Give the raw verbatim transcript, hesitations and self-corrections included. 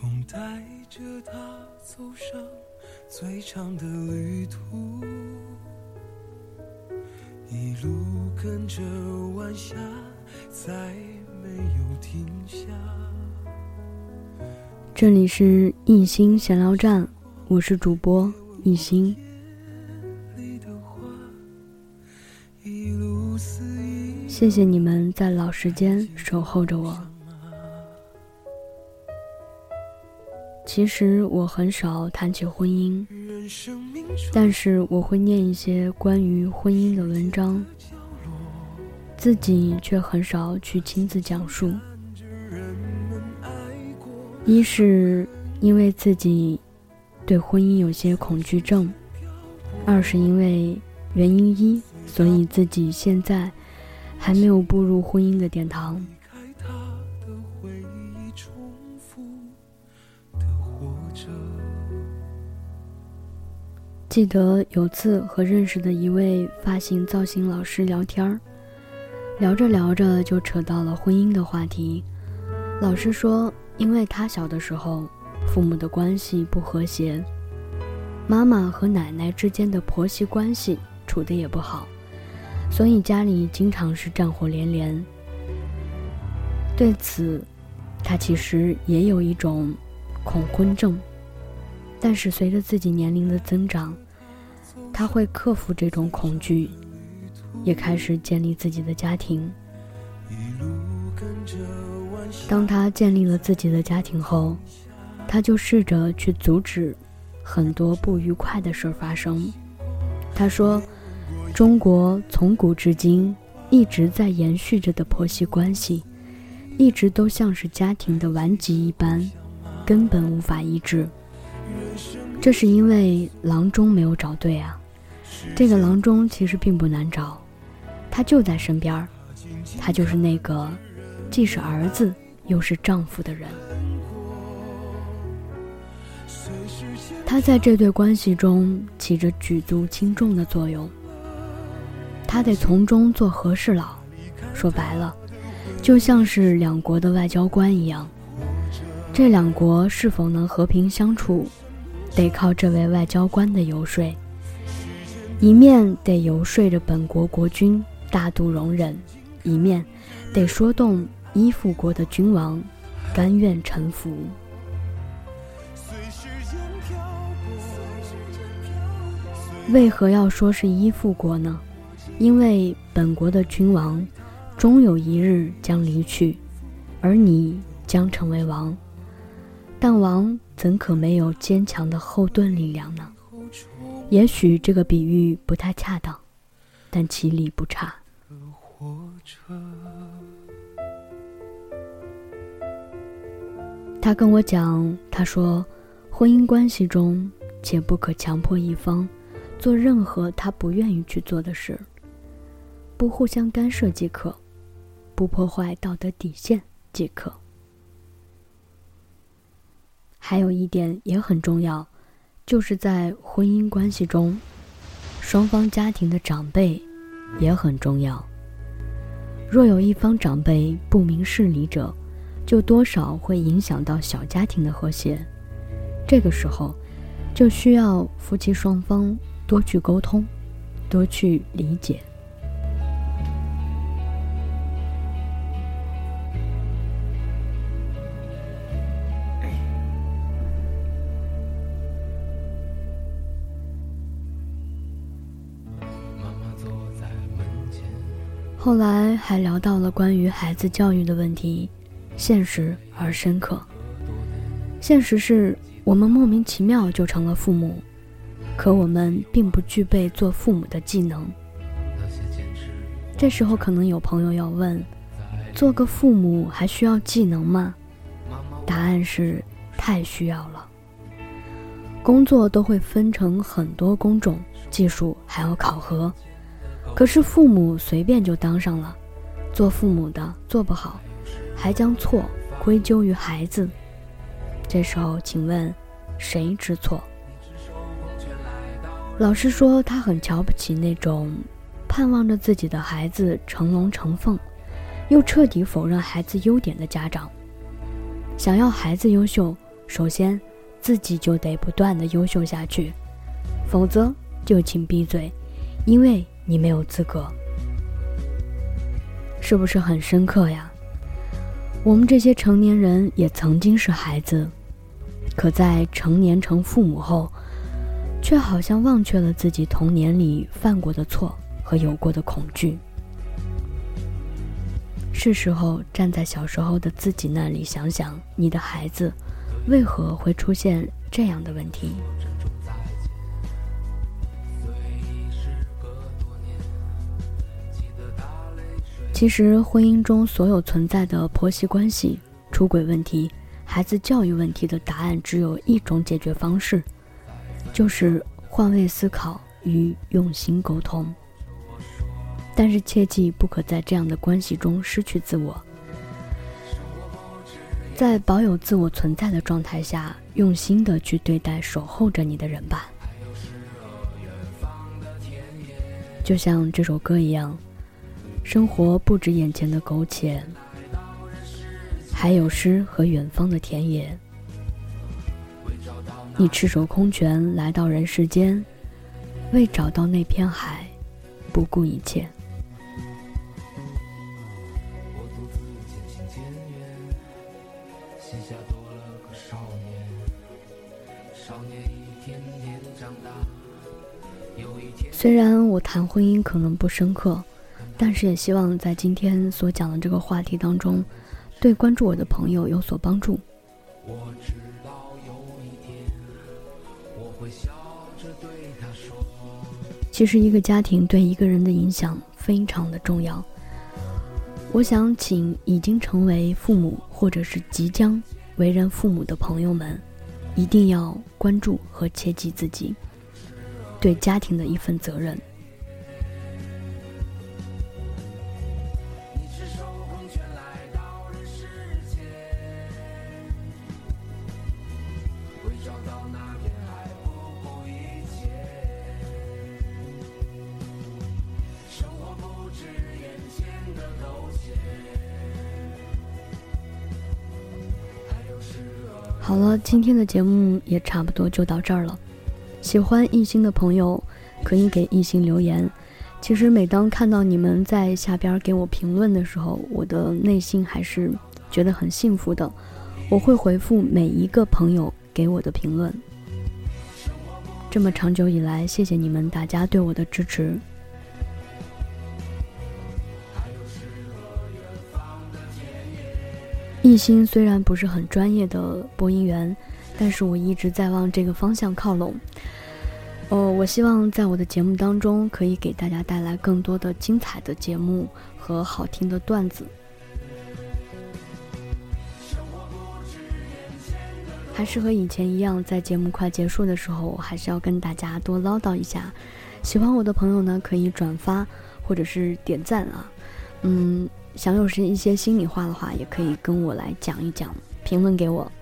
风带着他走上最长的旅途，一路跟着晚霞，再没有停下。 这里是一心闲聊站，我是主播一心。谢谢你们在老时间守候着我。其实我很少谈起婚姻，但是我会念一些关于婚姻的文章，自己却很少去亲自讲述。一是因为自己对婚姻有些恐惧症，二是因为原因一，所以自己现在还没有步入婚姻的殿堂。记得有次和认识的一位发型造型老师聊天，聊着聊着就扯到了婚姻的话题。老师说，因为他小的时候父母的关系不和谐，妈妈和奶奶之间的婆媳关系处得也不好，所以家里经常是战火连连。对此他其实也有一种恐婚症，但是随着自己年龄的增长，他会克服这种恐惧，也开始建立自己的家庭。当他建立了自己的家庭后，他就试着去阻止很多不愉快的事发生。他说，中国从古至今一直在延续着的婆媳关系，一直都像是家庭的顽疾一般，根本无法医治。这是因为郎中没有找对啊。这个郎中其实并不难找，他就在身边，他就是那个既是儿子又是丈夫的人。他在这对关系中起着举足轻重的作用，他得从中做和事佬，说白了就像是两国的外交官一样，这两国是否能和平相处，得靠这位外交官的游说。一面得游说着本国国君大度容忍，一面得说动依附国的君王甘愿臣服。为何要说是依附国呢？因为本国的君王终有一日将离去，而你将成为王，但王怎可没有坚强的后盾力量呢？也许这个比喻不太恰当，但其理不差。他跟我讲，他说婚姻关系中且不可强迫一方做任何他不愿意去做的事，不互相干涉即可，不破坏道德底线即可。还有一点也很重要，就是在婚姻关系中，双方家庭的长辈也很重要。若有一方长辈不明事理者，就多少会影响到小家庭的和谐。这个时候就需要夫妻双方多去沟通，多去理解。后来还聊到了关于孩子教育的问题，现实而深刻。现实是我们莫名其妙就成了父母，可我们并不具备做父母的技能。这时候可能有朋友要问，做个父母还需要技能吗？答案是太需要了。工作都会分成很多工种，技术还要考核，可是父母随便就当上了，做父母的做不好，还将错归咎于孩子。这时候请问谁知错？老师说他很瞧不起那种盼望着自己的孩子成龙成凤，又彻底否认孩子优点的家长。想要孩子优秀， 首先自己就得不断的优秀下去，否则就请闭嘴，因为你没有资格。是不是很深刻呀？我们这些成年人也曾经是孩子，可在成年成父母后，却好像忘却了自己童年里犯过的错和有过的恐惧。是时候站在小时候的自己那里想想，你的孩子为何会出现这样的问题。其实婚姻中所有存在的婆媳关系、出轨问题、孩子教育问题的答案只有一种解决方式，就是换位思考与用心沟通。但是切记不可在这样的关系中失去自我，在保有自我存在的状态下，用心的去对待守候着你的人吧。就像这首歌一样，生活不止眼前的苟且，还有诗和远方的田野。你赤手空拳来到人世间，为找到那片海，不顾一切。 我独自渐行渐远，膝下多了个少年，少年一天天长大，有一天。 虽然我谈婚姻可能不深刻，但是也希望在今天所讲的这个话题当中，对关注我的朋友有所帮助。 我知道有一天，我会笑着对他说。 其实一个家庭对一个人的影响非常的重要。我想请已经成为父母或者是即将为人父母的朋友们，一定要关注和切记自己对家庭的一份责任。好了，今天的节目也差不多就到这儿了。喜欢艺兴的朋友可以给艺兴留言。其实每当看到你们在下边给我评论的时候，我的内心还是觉得很幸福的。我会回复每一个朋友给我的评论。这么长久以来，谢谢你们大家对我的支持。艺兴虽然不是很专业的播音员，但是我一直在往这个方向靠拢。呃，我希望在我的节目当中可以给大家带来更多的精彩的节目和好听的段子。还是和以前一样，在节目快结束的时候，我还是要跟大家多唠叨一下。喜欢我的朋友呢，可以转发或者是点赞啊。嗯。想有是一些心里话的话，也可以跟我来讲一讲，评论给我。